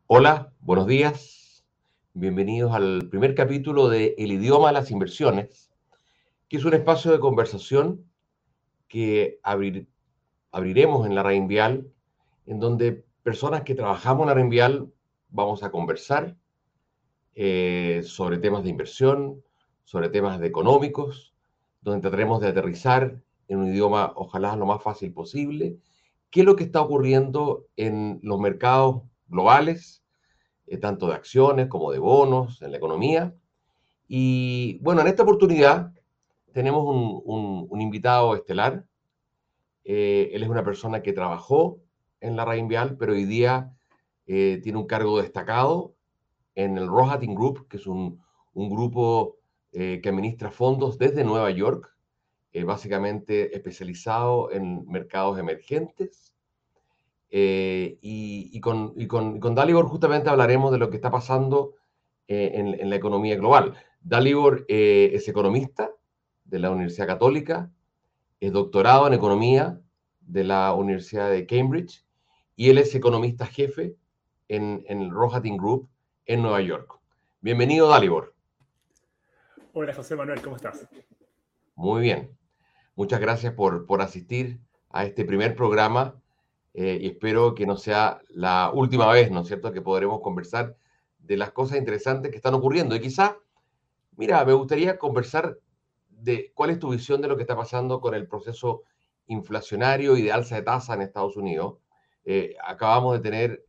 Hola, buenos días. Bienvenidos al primer capítulo de El idioma de las inversiones, que es un espacio de conversación que abriremos en la Reinvial, en donde personas que trabajamos en la Reinvial vamos a conversar sobre temas de inversión, sobre temas de económicos, donde trataremos de aterrizar en un idioma ojalá lo más fácil posible, qué es lo que está ocurriendo en los mercados globales, tanto de acciones como de bonos, en la economía. Y bueno, en esta oportunidad tenemos un invitado estelar. Él es una persona que trabajó en la Reinvial, pero hoy día tiene un cargo destacado en el Rohatyn Group, que es un grupo que administra fondos desde Nueva York, básicamente especializado en mercados emergentes. Y con Dalibor justamente hablaremos de lo que está pasando en la economía global. Dalibor es economista de la Universidad Católica, es doctorado en economía de la Universidad de Cambridge y él es economista jefe en el Rohatyn Group en Nueva York. Bienvenido, Dalibor. Hola José Manuel, ¿cómo estás? Muy bien. Muchas gracias por asistir a este primer programa y espero que no sea la última vez, ¿no es cierto?, que podremos conversar de las cosas interesantes que están ocurriendo. Y quizá, mira, me gustaría conversar de cuál es tu visión de lo que está pasando con el proceso inflacionario y de alza de tasa en Estados Unidos. Acabamos de tener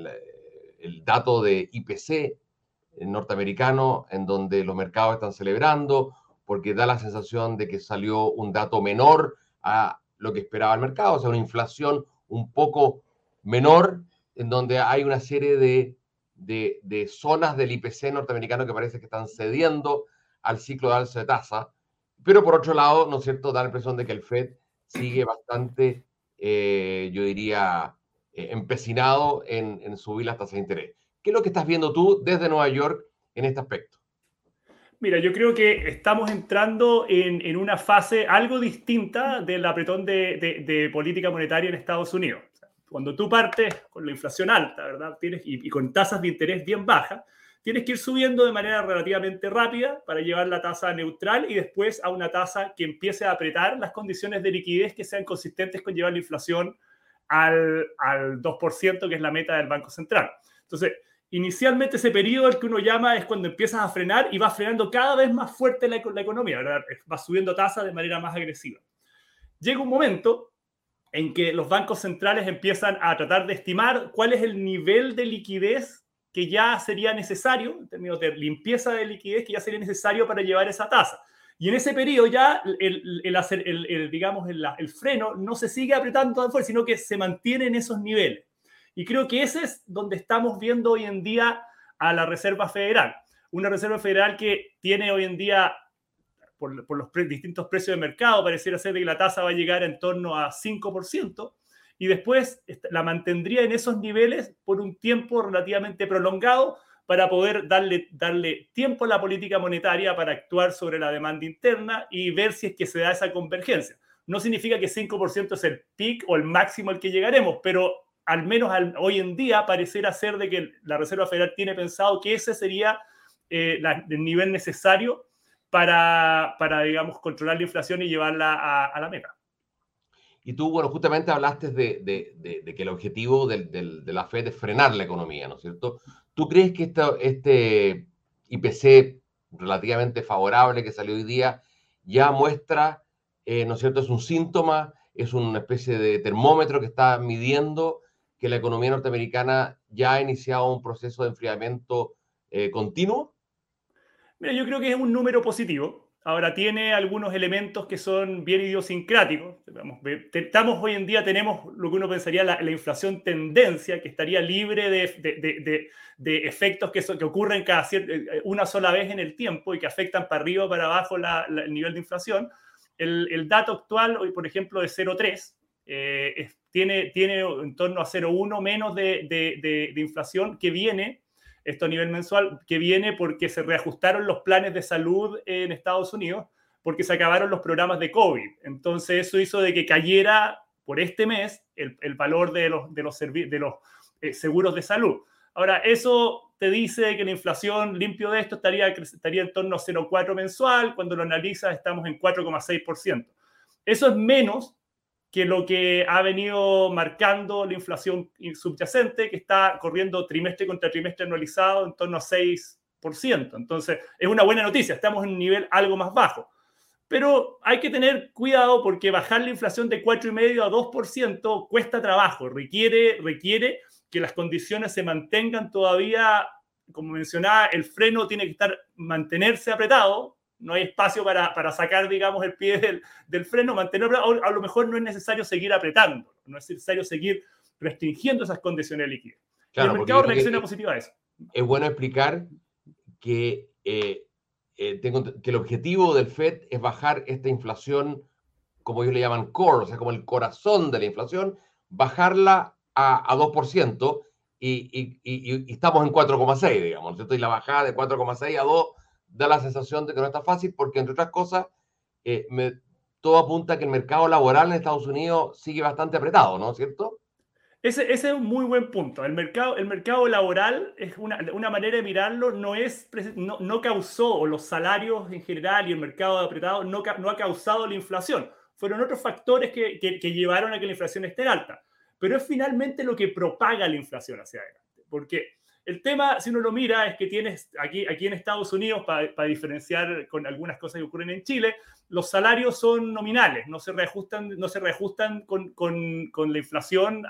el dato de IPC norteamericano, en donde los mercados están celebrando, porque da la sensación de que salió un dato menor a lo que esperaba el mercado, o sea, una inflación un poco menor, en donde hay una serie de zonas del IPC norteamericano que parece que están cediendo al ciclo de alza de tasa, pero por otro lado, ¿no es cierto?, da la impresión de que el Fed sigue bastante, yo diría, empecinado en subir las tasas de interés. ¿Qué es lo que estás viendo tú desde Nueva York en este aspecto? Mira, yo creo que estamos entrando en una fase algo distinta del apretón de política monetaria en Estados Unidos. O sea, cuando tú partes con la inflación alta, ¿verdad? Y con tasas de interés bien bajas, tienes que ir subiendo de manera relativamente rápida para llevar la tasa neutral y después a una tasa que empiece a apretar las condiciones de liquidez que sean consistentes con llevar la inflación al 2%, que es la meta del Banco Central. Entonces, inicialmente ese periodo el que uno llama es cuando empiezas a frenar y va frenando cada vez más fuerte la economía, ¿verdad? Va subiendo tasas de manera más agresiva. Llega un momento en que los bancos centrales empiezan a tratar de estimar cuál es el nivel de liquidez que ya sería necesario, en términos de limpieza de liquidez, que ya sería necesario para llevar esa tasa. Y en ese periodo ya digamos, el freno no se sigue apretando tan fuerte, sino que se mantiene en esos niveles. Y creo que ese es donde estamos viendo hoy en día a la Reserva Federal. Una Reserva Federal que tiene hoy en día, por los distintos precios de mercado, pareciera ser que la tasa va a llegar en torno a 5%, y después la mantendría en esos niveles por un tiempo relativamente prolongado para poder darle tiempo a la política monetaria para actuar sobre la demanda interna y ver si es que se da esa convergencia. No significa que 5% es el peak o el máximo al que llegaremos, pero al menos hoy en día pareciera ser de que la Reserva Federal tiene pensado que ese sería el nivel necesario para, digamos, controlar la inflación y llevarla a la meta. Y tú, bueno, justamente hablaste de que el objetivo de la Fed es frenar la economía, ¿no es cierto? ¿Tú crees que este IPC relativamente favorable que salió hoy día ya muestra, ¿no es cierto? Es un síntoma, es una especie de termómetro que está midiendo que la economía norteamericana ya ha iniciado un proceso de enfriamiento continuo? Mira, yo creo que es un número positivo. Ahora tiene algunos elementos que son bien idiosincráticos. Estamos hoy en día, tenemos lo que uno pensaría la inflación tendencia, que estaría libre de efectos que ocurren una sola vez en el tiempo y que afectan para arriba o para abajo el nivel de inflación. El dato actual, hoy por ejemplo, de 0,3, tiene en torno a 0,1 menos de inflación, que viene esto a nivel mensual, que viene porque se reajustaron los planes de salud en Estados Unidos, porque se acabaron los programas de COVID. Entonces eso hizo de que cayera por este mes el valor de los seguros de salud. Ahora, eso te dice que la inflación limpio de esto estaría en torno a 0,4 mensual. Cuando lo analizas, estamos en 4,6%. Eso es menos que lo que ha venido marcando la inflación subyacente, que está corriendo trimestre contra trimestre anualizado en torno a 6%. Entonces, es una buena noticia, estamos en un nivel algo más bajo. Pero hay que tener cuidado porque bajar la inflación de 4,5% a 2% cuesta trabajo, requiere que las condiciones se mantengan todavía, como mencionaba, el freno tiene que mantenerse apretado, no hay espacio para sacar, digamos, el pie del freno, mantenerlo, a lo mejor no es necesario seguir apretando, no es necesario seguir restringiendo esas condiciones de liquidez. Claro, y el mercado reacciona positiva a eso. Es bueno explicar que, que el objetivo del FED es bajar esta inflación, como ellos le llaman core, o sea, como el corazón de la inflación, bajarla a 2%, y estamos en 4,6, digamos, ¿cierto? Y la bajada de 4,6 a 2 da la sensación de que no está fácil porque, entre otras cosas, todo apunta a que el mercado laboral en Estados Unidos sigue bastante apretado, ¿no es cierto? Ese es un muy buen punto. El mercado laboral es una manera de mirarlo, no causó, o los salarios en general y el mercado apretado no ha causado la inflación. Fueron otros factores que llevaron a que la inflación esté alta. Pero es finalmente lo que propaga la inflación hacia adelante. Porque el tema, si uno lo mira, es que tienes aquí en Estados Unidos, para diferenciar con algunas cosas que ocurren en Chile, los salarios son nominales, no se reajustan con la inflación,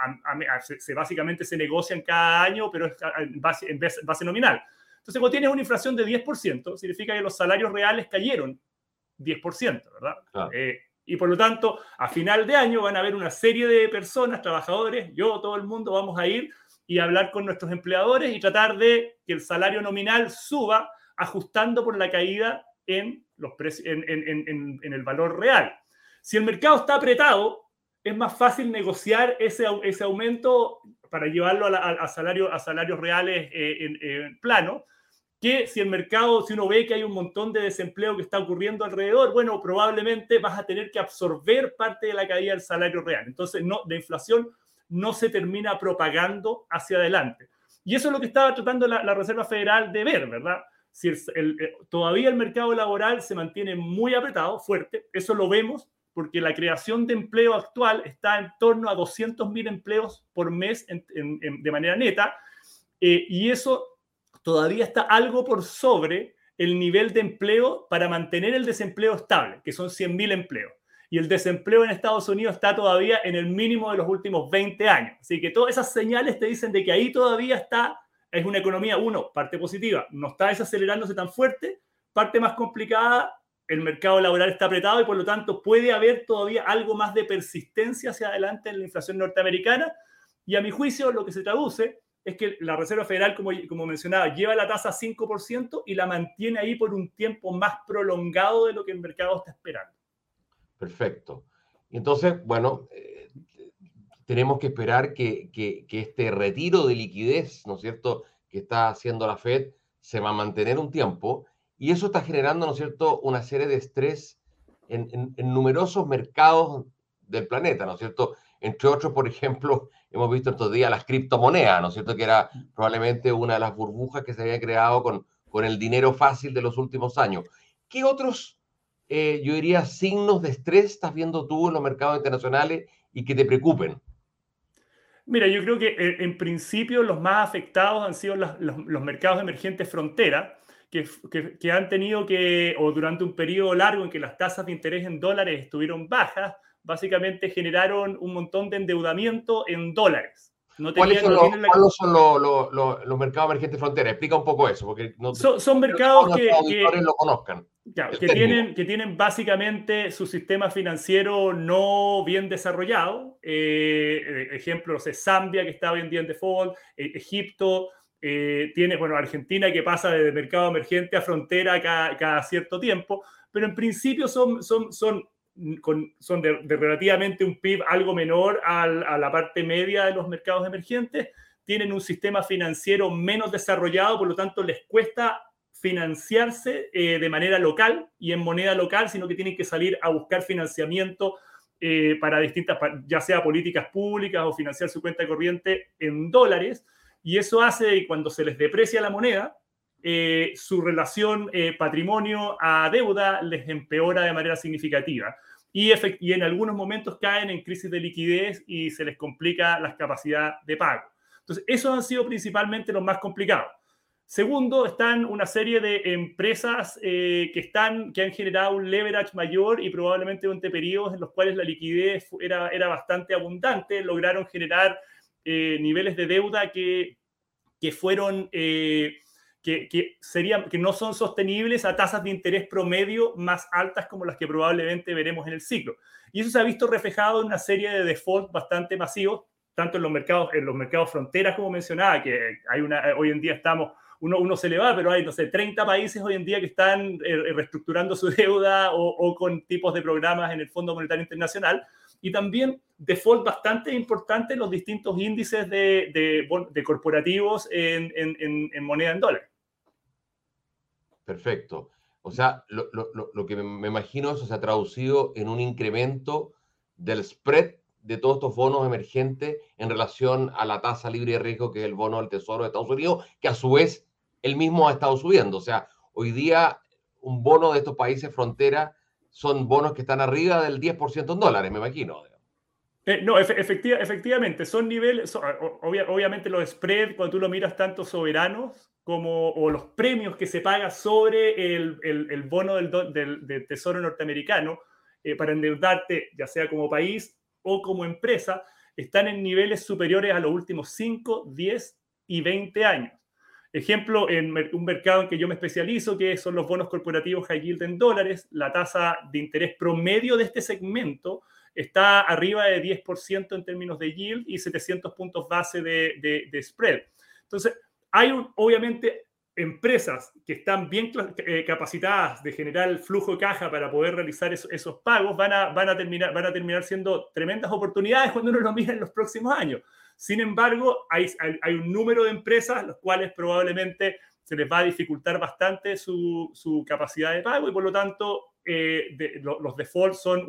básicamente se negocian cada año, pero es en base nominal. Entonces, cuando tienes una inflación de 10%, significa que los salarios reales cayeron 10%, ¿verdad? Claro. Y por lo tanto, a final de año van a haber una serie de personas, trabajadores, todo el mundo vamos a ir y hablar con nuestros empleadores y tratar de que el salario nominal suba, ajustando por la caída en los precios, en el valor real. Si el mercado está apretado, es más fácil negociar ese aumento para llevarlo a salarios reales en plano, que si uno ve que hay un montón de desempleo que está ocurriendo alrededor, bueno, probablemente vas a tener que absorber parte de la caída del salario real. Entonces, la inflación no se termina propagando hacia adelante. Y eso es lo que estaba tratando la Reserva Federal de ver, ¿verdad? Si todavía el mercado laboral se mantiene muy apretado, fuerte, eso lo vemos porque la creación de empleo actual está en torno a 200.000 empleos por mes de manera neta, y eso todavía está algo por sobre el nivel de empleo para mantener el desempleo estable, que son 100.000 empleos. Y el desempleo en Estados Unidos está todavía en el mínimo de los últimos 20 años. Así que todas esas señales te dicen de que ahí todavía es una economía, parte positiva, no está desacelerándose tan fuerte, parte más complicada, el mercado laboral está apretado y por lo tanto puede haber todavía algo más de persistencia hacia adelante en la inflación norteamericana. Y a mi juicio lo que se traduce es que la Reserva Federal, como mencionaba, lleva la tasa a 5% y la mantiene ahí por un tiempo más prolongado de lo que el mercado está esperando. Perfecto. Entonces, bueno, tenemos que esperar que este retiro de liquidez, ¿no es cierto?, que está haciendo la Fed, se va a mantener un tiempo, y eso está generando, ¿no es cierto?, una serie de estrés en numerosos mercados del planeta, ¿no es cierto? Entre otros, por ejemplo, hemos visto estos días las criptomonedas, ¿no es cierto?, que era probablemente una de las burbujas que se había creado con el dinero fácil de los últimos años. ¿Qué otros, yo diría, signos de estrés estás viendo tú en los mercados internacionales y que te preocupen? Mira, yo creo que en principio los más afectados han sido los mercados emergentes frontera, que han tenido o durante un periodo largo en que las tasas de interés en dólares estuvieron bajas, básicamente generaron un montón de endeudamiento en dólares. ¿Cuáles son los mercados emergentes frontera? Explica un poco eso, porque son mercados que auditores lo conozcan. Claro, que tienen básicamente su sistema financiero no bien desarrollado. Ejemplos, Zambia, que está hoy en día en default, Egipto, Argentina, que pasa de mercado emergente a frontera cada cierto tiempo, pero en principio son de relativamente un PIB algo menor a la parte media de los mercados emergentes, tienen un sistema financiero menos desarrollado, por lo tanto les cuesta financiarse de manera local y en moneda local, sino que tienen que salir a buscar financiamiento para distintas, ya sea políticas públicas o financiar su cuenta corriente en dólares. y eso hace que cuando se les deprecia la moneda, su relación patrimonio a deuda les empeora de manera significativa. Y en algunos momentos caen en crisis de liquidez y se les complica la capacidad de pago. Entonces, esos han sido principalmente los más complicados. Segundo, están una serie de empresas que han generado un leverage mayor y probablemente durante periodos en los cuales la liquidez era bastante abundante, lograron generar niveles de deuda que fueron... que no son sostenibles a tasas de interés promedio más altas como las que probablemente veremos en el ciclo. Y eso se ha visto reflejado en una serie de defaults bastante masivos, tanto en los mercados fronteras, como mencionaba, que hoy en día uno se le va, pero hay, no sé, 30 países hoy en día que están reestructurando su deuda o con tipos de programas en el Fondo Monetario Internacional. Y también default bastante importante en los distintos índices de corporativos en moneda en dólares. Perfecto. O sea, lo que me imagino eso se ha traducido en un incremento del spread de todos estos bonos emergentes en relación a la tasa libre de riesgo, que es el bono del Tesoro de Estados Unidos, que a su vez él mismo ha estado subiendo. O sea, hoy día un bono de estos países frontera son bonos que están arriba del 10% en dólares, me imagino. No, efectivamente, son niveles, obviamente los spreads, cuando tú lo miras tanto soberanos o los premios que se pagan sobre el bono del Tesoro norteamericano para endeudarte, ya sea como país o como empresa, están en niveles superiores a los últimos 5, 10 y 20 años. Ejemplo, en un mercado en que yo me especializo, que son los bonos corporativos high yield en dólares, la tasa de interés promedio de este segmento está arriba de 10% en términos de yield y 700 puntos base de spread. Entonces, hay obviamente empresas que están bien capacitadas de generar el flujo de caja para poder realizar esos pagos, van a terminar siendo tremendas oportunidades cuando uno lo mira en los próximos años. Sin embargo, hay un número de empresas a las cuales probablemente se les va a dificultar bastante su capacidad de pago y por lo tanto los defaults son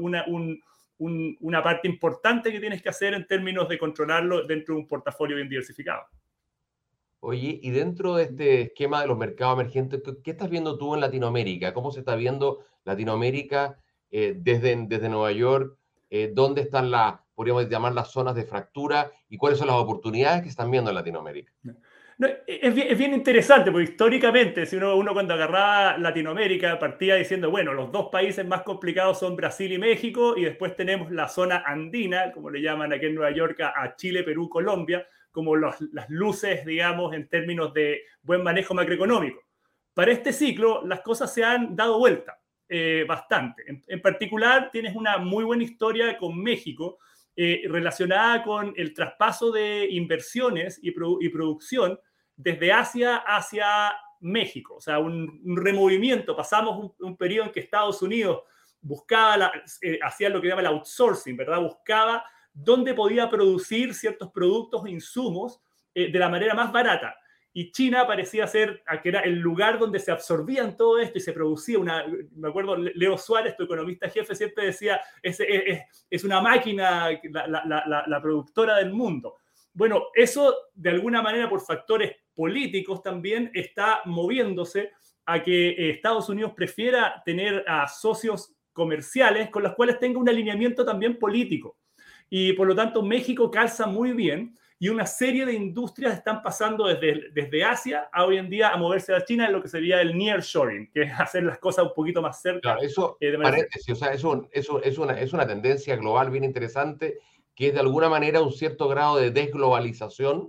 una parte importante que tienes que hacer en términos de controlarlo dentro de un portafolio bien diversificado. Oye, y dentro de este esquema de los mercados emergentes, ¿qué estás viendo tú en Latinoamérica? ¿Cómo se está viendo Latinoamérica desde Nueva York? ¿Dónde están podríamos llamar las zonas de fractura? ¿Y cuáles son las oportunidades que están viendo en Latinoamérica? No, es bien interesante, porque históricamente, si uno cuando agarraba Latinoamérica, partía diciendo, bueno, los dos países más complicados son Brasil y México, y después tenemos la zona andina, como le llaman aquí en Nueva York a Chile, Perú, Colombia, como las luces, digamos, en términos de buen manejo macroeconómico. Para este ciclo, las cosas se han dado vuelta bastante. En particular, tienes una muy buena historia con México, relacionada con el traspaso de inversiones y producción desde Asia hacia México. O sea, un removimiento. Pasamos un periodo en que Estados Unidos buscaba, hacía lo que llama el outsourcing, ¿verdad? Buscaba dónde podía producir ciertos productos e insumos de la manera más barata. Y China parecía ser, que era el lugar donde se absorbían todo esto y se producía me acuerdo, Leo Suárez, tu economista jefe, siempre decía, es una máquina, la productora del mundo. Bueno, eso de alguna manera por factores políticos también está moviéndose a que Estados Unidos prefiera tener a socios comerciales con los cuales tenga un alineamiento también político. Y por lo tanto México calza muy bien y una serie de industrias están pasando desde Asia a hoy en día a moverse a China en lo que sería el nearshoring, que es hacer las cosas un poquito más cerca. Claro, eso, paréntesis, o sea, es una tendencia global bien interesante, que es de alguna manera un cierto grado de desglobalización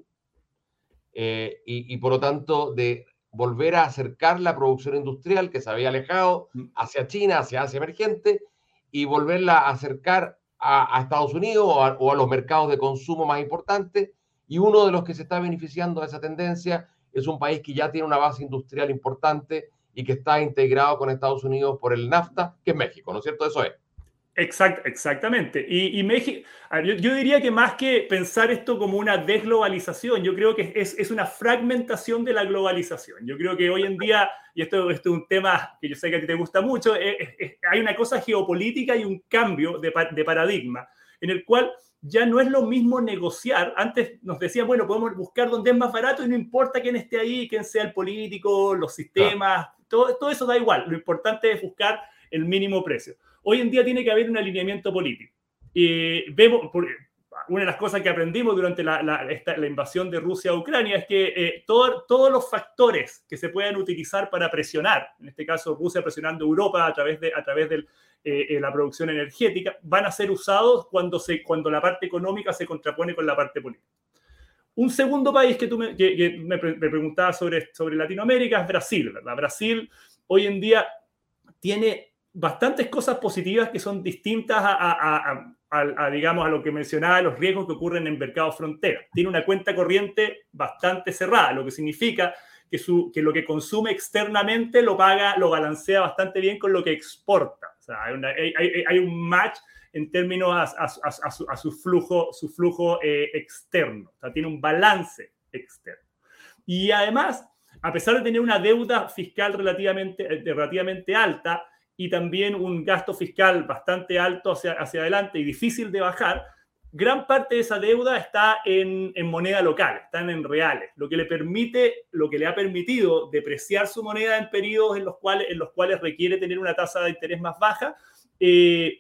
y por lo tanto de volver a acercar la producción industrial que se había alejado hacia China, hacia Asia emergente, y volverla a acercar a Estados Unidos o a los mercados de consumo más importantes. Y uno de los que se está beneficiando de esa tendencia es un país que ya tiene una base industrial importante y que está integrado con Estados Unidos por el NAFTA, que es México, ¿no es cierto? Eso es. Exactamente. Y México, yo diría que más que pensar esto como una desglobalización, yo creo que es una fragmentación de la globalización. Yo creo que hoy en día, y esto es un tema que yo sé que a ti te gusta mucho, hay una cosa geopolítica y un cambio de paradigma en el cual ya no es lo mismo negociar. Antes nos decían, bueno, podemos buscar donde es más barato y no importa quién esté ahí, quién sea el político, los sistemas, todo eso da igual. Lo importante es buscar el mínimo precio. Hoy en día tiene que haber un alineamiento político. Una de las cosas que aprendimos durante la invasión de Rusia a Ucrania es que todos los factores que se puedan utilizar para presionar, en este caso Rusia presionando a Europa a través de la producción energética, van a ser usados cuando la parte económica se contrapone con la parte política. Un segundo país que me preguntabas sobre Latinoamérica es Brasil, ¿verdad? Brasil hoy en día tiene bastantes cosas positivas que son distintas digamos, a lo que mencionaba, los riesgos que ocurren en mercados frontera. Tiene una cuenta corriente bastante cerrada, lo que significa que lo que consume externamente lo balancea bastante bien con lo que exporta. O sea, hay un match en términos a su flujo externo. O sea, tiene un balance externo. Y además, a pesar de tener una deuda fiscal relativamente alta, y también un gasto fiscal bastante alto hacia adelante y difícil de bajar, gran parte de esa deuda está en moneda local, están en reales, lo que le ha permitido depreciar su moneda en periodos en los cuales requiere tener una tasa de interés más baja, y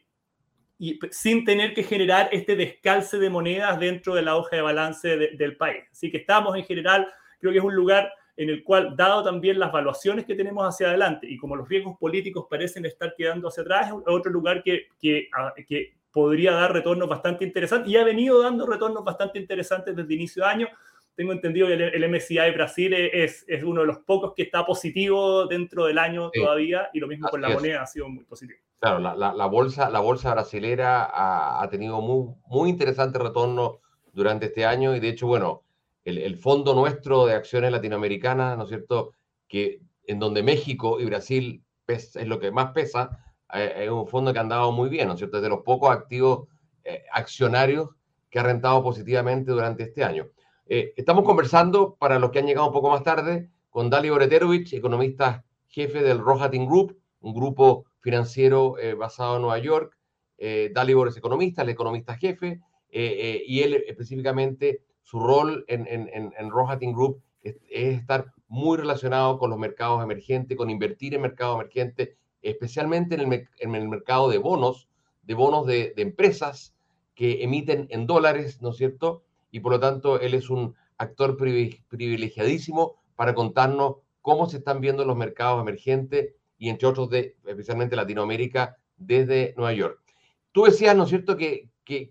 sin tener que generar este descalce de monedas dentro de la hoja de balance del país. Así que estamos en general, creo que es un lugar en el cual, dado también las valuaciones que tenemos hacia adelante y como los riesgos políticos parecen estar quedando hacia atrás, es otro lugar que podría dar retornos bastante interesantes y ha venido dando retornos bastante interesantes desde inicio de año. Tengo entendido que el MSCI Brasil es uno de los pocos que está positivo dentro del año todavía, y lo mismo con la moneda ha sido muy positivo. Claro, la bolsa brasilera ha tenido muy interesante retorno durante este año, y de hecho, bueno, el fondo nuestro de acciones latinoamericanas, ¿no es cierto?, que en donde México y Brasil es lo que más pesa, es un fondo que ha andado muy bien, ¿no es cierto?, es de los pocos activos accionarios que ha rentado positivamente durante este año. Estamos conversando, para los que han llegado un poco más tarde, con Dalibor Eterovich, economista jefe del Rohatyn Group, un grupo financiero basado en Nueva York. Dalibor es economista, el economista jefe, y él específicamente, su rol en Rohatyn Group es estar muy relacionado con los mercados emergentes, con invertir en mercados emergentes, especialmente en el mercado de bonos de empresas que emiten en dólares, ¿no es cierto? Y por lo tanto, él es un actor privilegiadísimo para contarnos cómo se están viendo los mercados emergentes y entre otros especialmente Latinoamérica desde Nueva York. Tú decías, ¿no es cierto?, que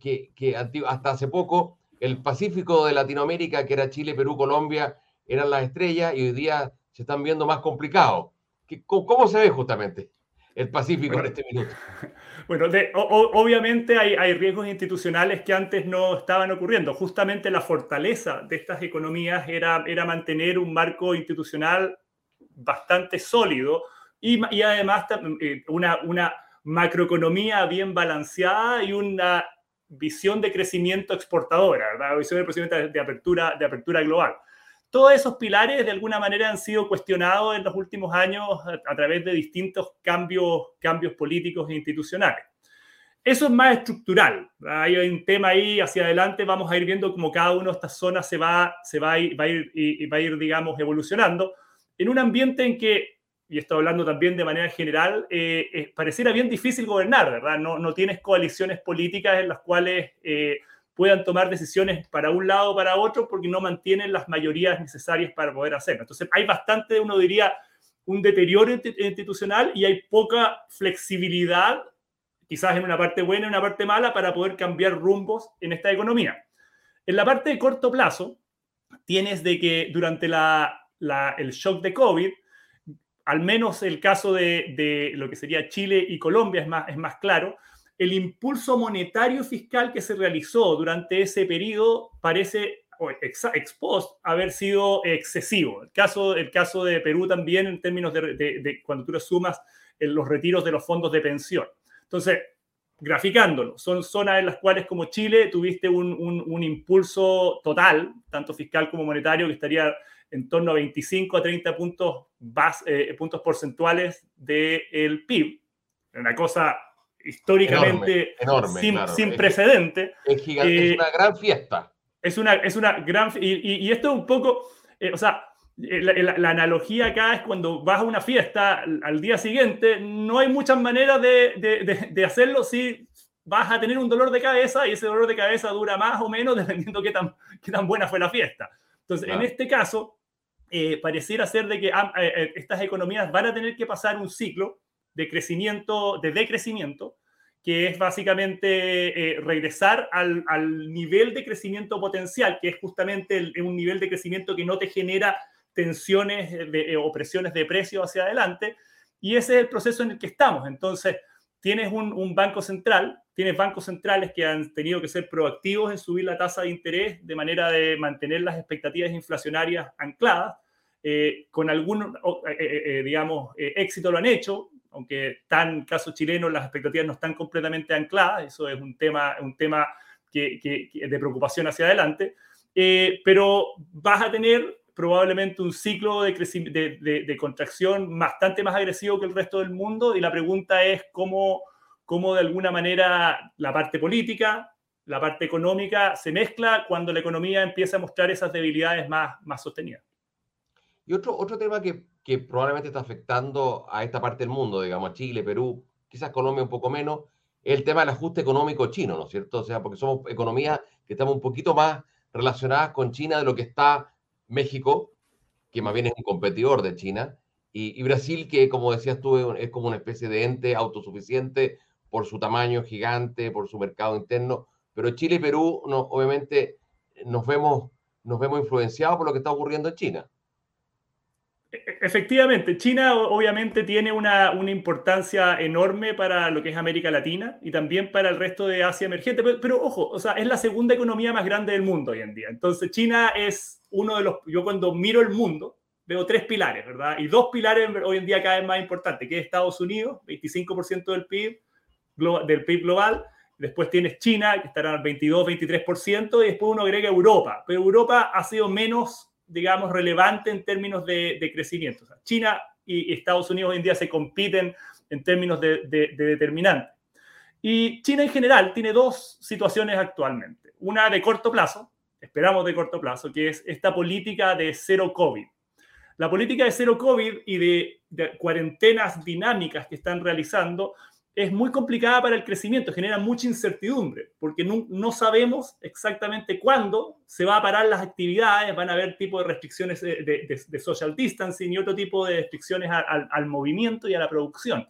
hasta hace poco el Pacífico de Latinoamérica, que era Chile, Perú, Colombia, eran las estrellas, y hoy día se están viendo más complicados. ¿Cómo se ve justamente el Pacífico en este minuto? Bueno, obviamente hay riesgos institucionales que antes no estaban ocurriendo. Justamente la fortaleza de estas economías era mantener un marco institucional bastante sólido y además una macroeconomía bien balanceada y una visión de crecimiento exportadora, ¿verdad? Visión de crecimiento de apertura global. Todos esos pilares de alguna manera han sido cuestionados en los últimos años a través de distintos cambios políticos e institucionales. Eso es más estructural. Hay un tema ahí hacia adelante, vamos a ir viendo cómo cada una de estas zonas va a ir, digamos, evolucionando en un ambiente en que, y estoy hablando también de manera general, pareciera bien difícil gobernar, ¿verdad? No tienes coaliciones políticas en las cuales puedan tomar decisiones para un lado o para otro, porque no mantienen las mayorías necesarias para poder hacerlo. Entonces hay bastante, uno diría, un deterioro institucional, y hay poca flexibilidad, quizás en una parte buena y una parte mala, para poder cambiar rumbos en esta economía. En la parte de corto plazo, tienes de que durante el shock de COVID, al menos el caso de lo que sería Chile y Colombia es más claro, el impulso monetario fiscal que se realizó durante ese periodo parece ex post haber sido excesivo. El caso de Perú también, en términos de cuando tú le sumas los retiros de los fondos de pensión. Entonces, graficándolo, son zonas en las cuales, como Chile, tuviste un impulso total, tanto fiscal como monetario, que estaría en torno a 25 a 30 puntos porcentuales del PIB. Una cosa históricamente enorme, claro. sin precedente. Es gigante, es una gran fiesta. Es una gran... Y esto es un poco... o sea, la analogía acá es cuando vas a una fiesta al día siguiente, no hay muchas maneras de hacerlo si vas a tener un dolor de cabeza y ese dolor de cabeza dura más o menos dependiendo qué tan buena fue la fiesta. Entonces, claro, en este caso, pareciera ser de que estas economías van a tener que pasar un ciclo de crecimiento, de decrecimiento, que es básicamente regresar al nivel de crecimiento potencial, que es justamente un nivel de crecimiento que no te genera tensiones o presiones de precio hacia adelante, y ese es el proceso en el que estamos. Entonces, tienes un banco central, tienes bancos centrales que han tenido que ser proactivos en subir la tasa de interés de manera de mantener las expectativas inflacionarias ancladas, con algún, digamos, éxito lo han hecho, aunque en caso chileno las expectativas no están completamente ancladas, eso es un tema de preocupación hacia adelante, pero vas a tener probablemente un ciclo de contracción bastante más agresivo que el resto del mundo, y la pregunta es cómo de alguna manera la parte política, la parte económica se mezcla cuando la economía empieza a mostrar esas debilidades más sostenidas. Y otro tema que probablemente está afectando a esta parte del mundo, digamos, a Chile, Perú, quizás Colombia un poco menos, es el tema del ajuste económico chino, ¿no es cierto? O sea, porque somos economías que estamos un poquito más relacionadas con China de lo que está México, que más bien es un competidor de China, y Brasil, que como decías tú, es como una especie de ente autosuficiente por su tamaño gigante, por su mercado interno, pero Chile y Perú, no, obviamente, nos vemos influenciados por lo que está ocurriendo en China. Efectivamente, China obviamente tiene una importancia enorme para lo que es América Latina y también para el resto de Asia emergente, pero ojo, o sea, es la segunda economía más grande del mundo hoy en día. Entonces China es uno de los, yo cuando miro el mundo veo tres pilares, ¿verdad? Y dos pilares hoy en día cada vez más importantes, que es Estados Unidos, 25% del PIB global, después tienes China, que estará al 22-23%, y después uno agrega Europa, pero Europa ha sido menos, digamos, relevante en términos de crecimiento. O sea, China y Estados Unidos hoy en día se compiten en términos de determinante. Y China en general tiene dos situaciones actualmente. Una de corto plazo, esperamos de corto plazo, que es esta política de cero COVID. La política de cero COVID y de cuarentenas dinámicas que están realizando es muy complicada para el crecimiento, genera mucha incertidumbre, porque no sabemos exactamente cuándo se va a parar las actividades, van a haber tipo de restricciones de social distancing y otro tipo de restricciones al movimiento y a la producción.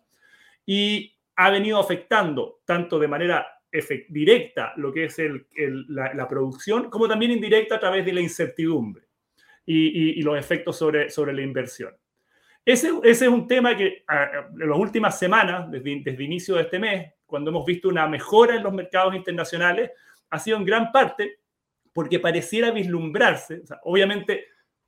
Y ha venido afectando tanto de manera directa lo que es la producción, como también indirecta a través de la incertidumbre y los efectos sobre la inversión. Ese es un tema que en las últimas semanas, desde inicio de este mes, cuando hemos visto una mejora en los mercados internacionales, ha sido en gran parte porque pareciera vislumbrarse. O sea, obviamente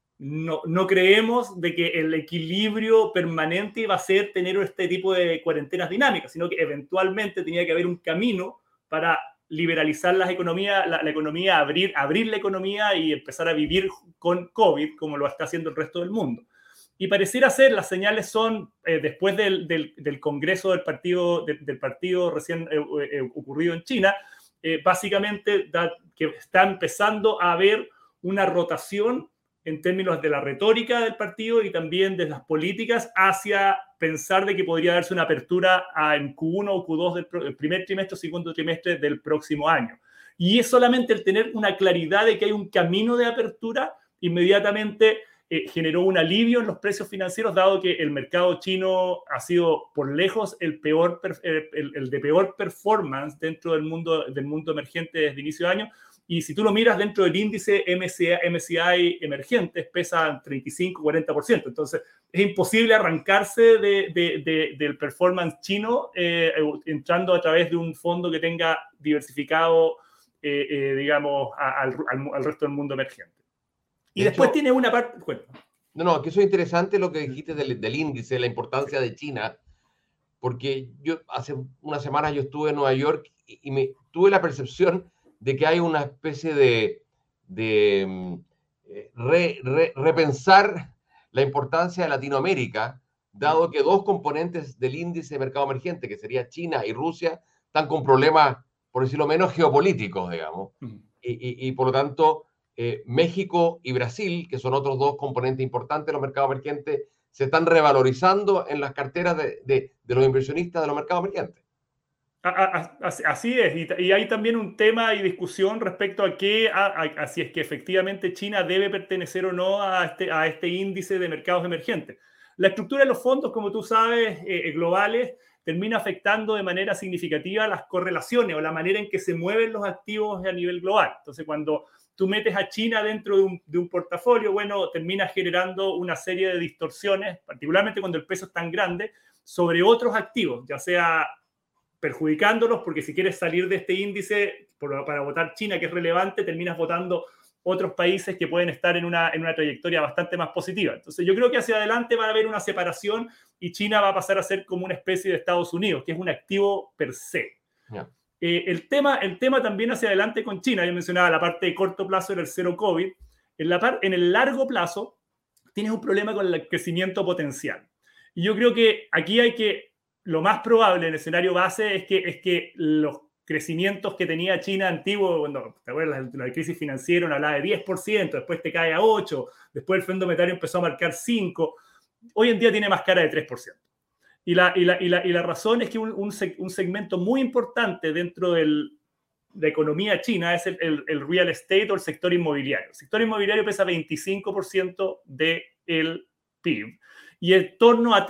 no creemos de que el equilibrio permanente iba a ser tener este tipo de cuarentenas dinámicas, sino que eventualmente tenía que haber un camino para liberalizar las economías, la economía, abrir la economía y empezar a vivir con COVID como lo está haciendo el resto del mundo. Y pareciera ser, las señales son, después del congreso del partido recién ocurrido en China, básicamente que está empezando a haber una rotación en términos de la retórica del partido y también de las políticas hacia pensar de que podría darse una apertura en Q1 o Q2 del primer trimestre o segundo trimestre del próximo año. Y es solamente el tener una claridad de que hay un camino de apertura, inmediatamente generó un alivio en los precios financieros, dado que el mercado chino ha sido por lejos el de peor performance dentro del mundo emergente desde inicio de año. Y si tú lo miras dentro del índice MSCI emergentes, pesa 35-40%. Entonces, es imposible arrancarse del performance chino entrando a través de un fondo que tenga diversificado, digamos, al resto del mundo emergente. Y de después hecho, tiene una parte... Bueno. No, que eso es interesante lo que dijiste del índice, la importancia de China, porque yo hace unas semanas yo estuve en Nueva York y tuve la percepción de que hay una especie de repensar la importancia de Latinoamérica dado que dos componentes del índice de mercado emergente, que sería China y Rusia, están con problemas, por decirlo menos, geopolíticos, digamos. Y por lo tanto, México y Brasil, que son otros dos componentes importantes de los mercados emergentes, se están revalorizando en las carteras de los inversionistas de los mercados emergentes. Así es, y hay también un tema y discusión respecto a si es que efectivamente China debe pertenecer o no a este índice de mercados emergentes. La estructura de los fondos, como tú sabes, globales, termina afectando de manera significativa las correlaciones o la manera en que se mueven los activos a nivel global. Entonces, cuando tú metes a China dentro de un portafolio, bueno, termina generando una serie de distorsiones, particularmente cuando el peso es tan grande, sobre otros activos, ya sea perjudicándolos, porque si quieres salir de este índice para votar China, que es relevante, terminas votando otros países que pueden estar en una trayectoria bastante más positiva. Entonces yo creo que hacia adelante va a haber una separación y China va a pasar a ser como una especie de Estados Unidos, que es un activo per se. Yeah. El tema también hacia adelante con China, yo mencionaba la parte de corto plazo era el cero COVID, en el largo plazo tienes un problema con el crecimiento potencial. Y yo creo que aquí lo más probable en el escenario base es que los crecimientos que tenía China antiguo, cuando te acuerdas de la crisis financiera, hablaba de 10%, después te cae a 8%, después el Fondo Monetario empezó a marcar 5%, hoy en día tiene más cara de 3%. Y la razón es que un segmento muy importante dentro de la economía china es el real estate o el sector inmobiliario. El sector inmobiliario pesa 25% del PIB y en torno a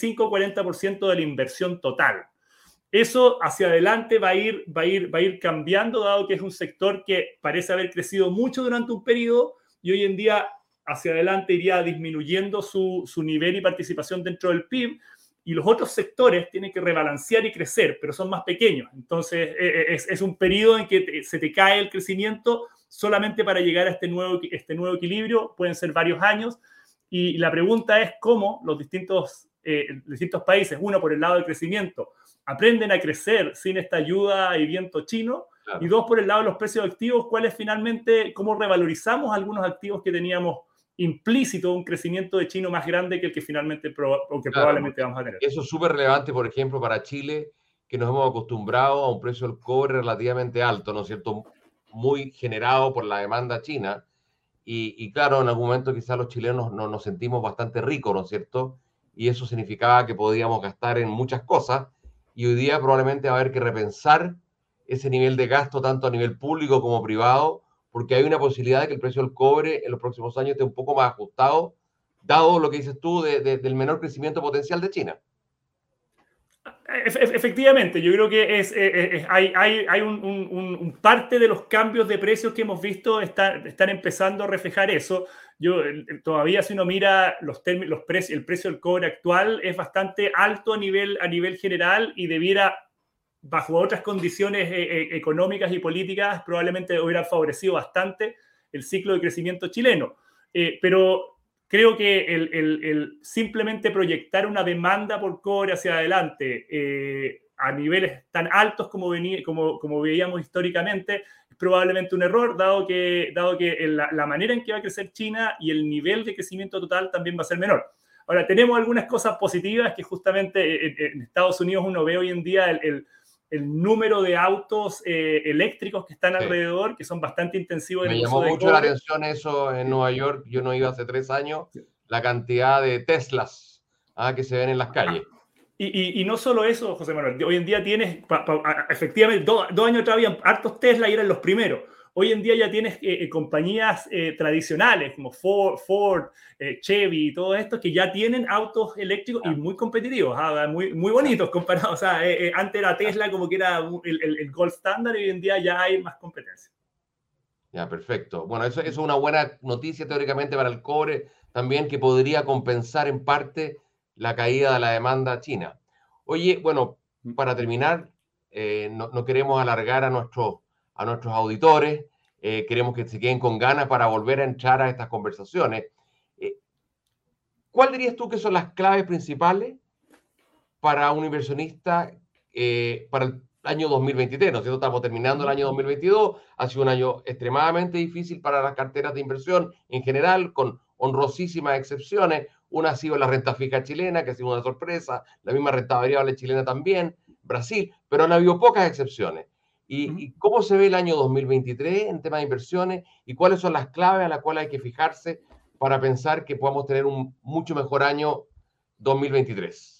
35-40% de la inversión total. Eso hacia adelante va a ir cambiando, dado que es un sector que parece haber crecido mucho durante un periodo y hoy en día hacia adelante iría disminuyendo su nivel y participación dentro del PIB, y los otros sectores tienen que rebalancear y crecer, pero son más pequeños. Entonces es un periodo en que se te cae el crecimiento solamente para llegar a este nuevo equilibrio. Pueden ser varios años. Y la pregunta es cómo los distintos países, uno por el lado del crecimiento, aprenden a crecer sin esta ayuda y viento chino, claro. Y dos por el lado de los precios activos, cómo revalorizamos algunos activos que teníamos implícito un crecimiento de chino más grande que el que finalmente probablemente vamos a tener. Eso es súper relevante, por ejemplo, para Chile, que nos hemos acostumbrado a un precio del cobre relativamente alto, ¿no es cierto? Muy generado por la demanda china. Y claro, en algún momento quizás los chilenos nos sentimos bastante ricos, ¿no es cierto? Y eso significaba que podíamos gastar en muchas cosas. Y hoy día probablemente va a haber que repensar ese nivel de gasto, tanto a nivel público como privado, porque hay una posibilidad de que el precio del cobre en los próximos años esté un poco más ajustado, dado lo que dices tú del menor crecimiento potencial de China. Efectivamente, yo creo que hay un parte de los cambios de precios que hemos visto están empezando a reflejar eso. Todavía si uno mira el precio del cobre actual es bastante alto a nivel general y debiera, bajo otras condiciones económicas y políticas, probablemente hubiera favorecido bastante el ciclo de crecimiento chileno. Pero creo que el simplemente proyectar una demanda por cobre hacia adelante a niveles tan altos como veíamos históricamente es probablemente un error, dado que la manera en que va a crecer China y el nivel de crecimiento total también va a ser menor. Ahora, tenemos algunas cosas positivas que justamente en Estados Unidos uno ve hoy en día el número de autos eléctricos que están alrededor, que son bastante intensivos en el uso de cobre. Me llamó mucho la atención eso en Nueva York. Yo no iba hace 3 años. La cantidad de Teslas que se ven en las calles. Y no solo eso, José Manuel. Hoy en día tienes, efectivamente, 2 años atrás habían hartos Tesla y eran los primeros. Hoy en día ya tienes compañías tradicionales como Ford, Chevy y todo esto que ya tienen autos eléctricos y muy competitivos, muy bonitos comparados. O sea, antes era Tesla como que era el gold standard y hoy en día ya hay más competencia. Ya, perfecto. Bueno, eso es una buena noticia teóricamente para el cobre también, que podría compensar en parte la caída de la demanda china. Oye, bueno, para terminar, no queremos alargar a nuestros auditores, queremos que se queden con ganas para volver a entrar a estas conversaciones. ¿Cuál dirías tú que son las claves principales para un inversionista para el año 2023? ¿No es cierto? Estamos terminando el año 2022, ha sido un año extremadamente difícil para las carteras de inversión en general, con honrosísimas excepciones. Una ha sido la renta fija chilena, que ha sido una sorpresa, la misma renta variable chilena también, Brasil, pero han habido pocas excepciones. ¿Y cómo se ve el año 2023 en temas de inversiones y cuáles son las claves a las cuales hay que fijarse para pensar que podamos tener un mucho mejor año 2023?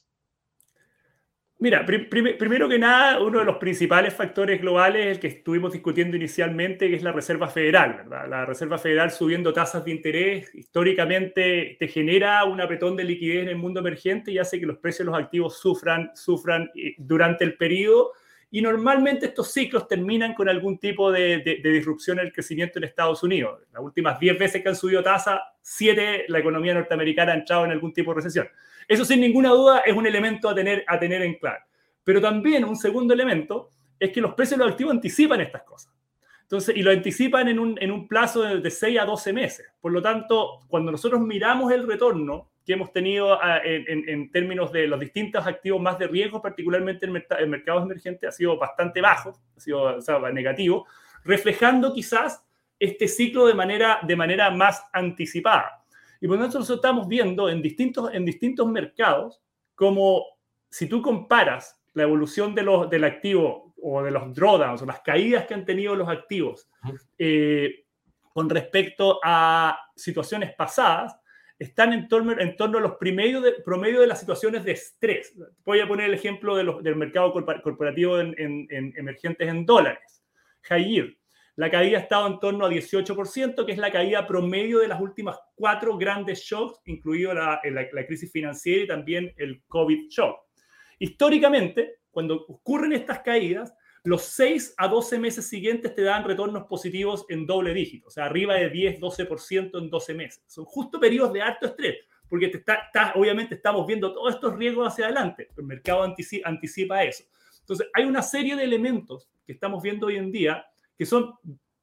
Mira, primero que nada, uno de los principales factores globales es el que estuvimos discutiendo inicialmente, que es la Reserva Federal, ¿verdad? La Reserva Federal subiendo tasas de interés históricamente te genera un apretón de liquidez en el mundo emergente y hace que los precios de los activos sufran durante el periodo. Y normalmente estos ciclos terminan con algún tipo de disrupción en el crecimiento en Estados Unidos. Las últimas 10 veces que han subido tasa, 7 la economía norteamericana ha entrado en algún tipo de recesión. Eso sin ninguna duda es un elemento a tener en claro. Pero también un segundo elemento es que los precios de los activos anticipan estas cosas. Entonces, y lo anticipan en un plazo de 6 a 12 meses. Por lo tanto, cuando nosotros miramos el retorno que hemos tenido en términos de los distintos activos más de riesgo, particularmente en mercados emergentes, ha sido bastante bajo, ha sido negativo, reflejando quizás este ciclo de manera más anticipada. Y por lo tanto nosotros estamos viendo en distintos mercados como si tú comparas la evolución del activo o de los drawdowns o las caídas que han tenido los activos con respecto a situaciones pasadas, están en torno a los promedio de las situaciones de estrés. Voy a poner el ejemplo del mercado corporativo en emergentes en dólares. High yield. La caída ha estado en torno a 18%, que es la caída promedio de las últimas 4 grandes shocks, incluido la crisis financiera y también el COVID shock. Históricamente, cuando ocurren estas caídas, los 6 a 12 meses siguientes te dan retornos positivos en doble dígito, o sea, arriba de 10-12% en 12 meses. Son justo periodos de alto estrés, porque obviamente estamos viendo todos estos riesgos hacia adelante. El mercado anticipa eso. Entonces, hay una serie de elementos que estamos viendo hoy en día que son,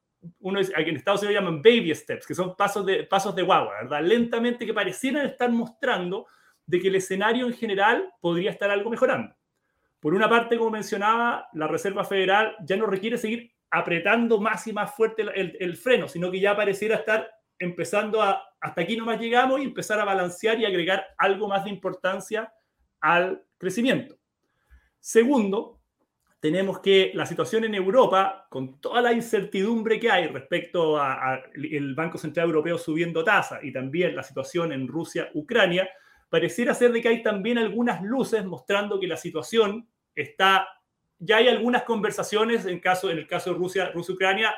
en Estados Unidos llaman baby steps, que son pasos de guagua, ¿verdad? Lentamente, que parecieran estar mostrando de que el escenario en general podría estar algo mejorando. Por una parte, como mencionaba, la Reserva Federal ya no requiere seguir apretando más y más fuerte el freno, sino que ya pareciera estar empezando hasta aquí nomás llegamos y empezar a balancear y agregar algo más de importancia al crecimiento. Segundo, tenemos que la situación en Europa, con toda la incertidumbre que hay respecto al Banco Central Europeo subiendo tasas y también la situación en Rusia-Ucrania, pareciera ser de que hay también algunas luces mostrando que la situación está, ya hay algunas conversaciones en el caso de Rusia-Ucrania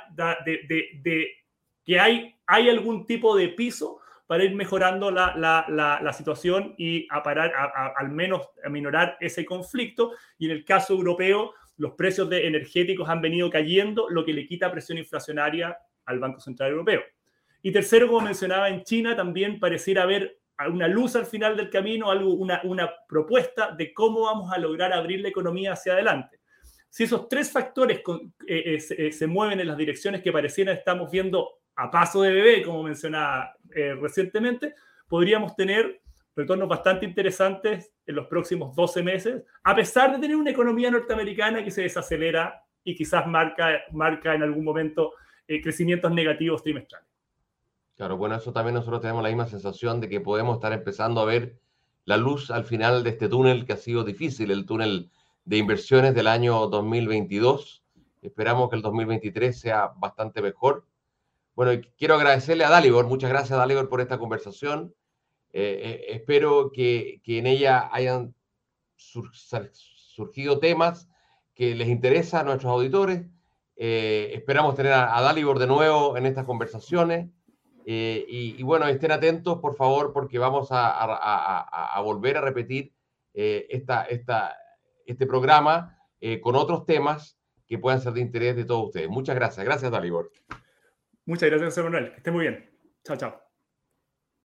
de que hay algún tipo de piso para ir mejorando la situación y al menos aminorar ese conflicto. Y en el caso europeo, los precios de energéticos han venido cayendo, lo que le quita presión inflacionaria al Banco Central Europeo. Y tercero, como mencionaba, en China también pareciera haber una luz al final del camino, una propuesta de cómo vamos a lograr abrir la economía hacia adelante. Si esos 3 factores se mueven en las direcciones que parecieran estamos viendo a paso de bebé, como mencionaba recientemente, podríamos tener retornos bastante interesantes en los próximos 12 meses, a pesar de tener una economía norteamericana que se desacelera y quizás marca en algún momento crecimientos negativos trimestrales. Claro, bueno, eso también nosotros tenemos la misma sensación de que podemos estar empezando a ver la luz al final de este túnel que ha sido difícil, el túnel de inversiones del año 2022. Esperamos que el 2023 sea bastante mejor. Bueno, quiero agradecerle a Dalibor, muchas gracias Dalibor por esta conversación. Espero que en ella hayan surgido temas que les interesan a nuestros auditores. Esperamos tener a Dalibor de nuevo en estas conversaciones. Y bueno, estén atentos, por favor, porque vamos a volver a repetir este programa con otros temas que puedan ser de interés de todos ustedes. Muchas gracias. Gracias, Dalibor. Muchas gracias, José Manuel. Que esté muy bien. Chao, chao.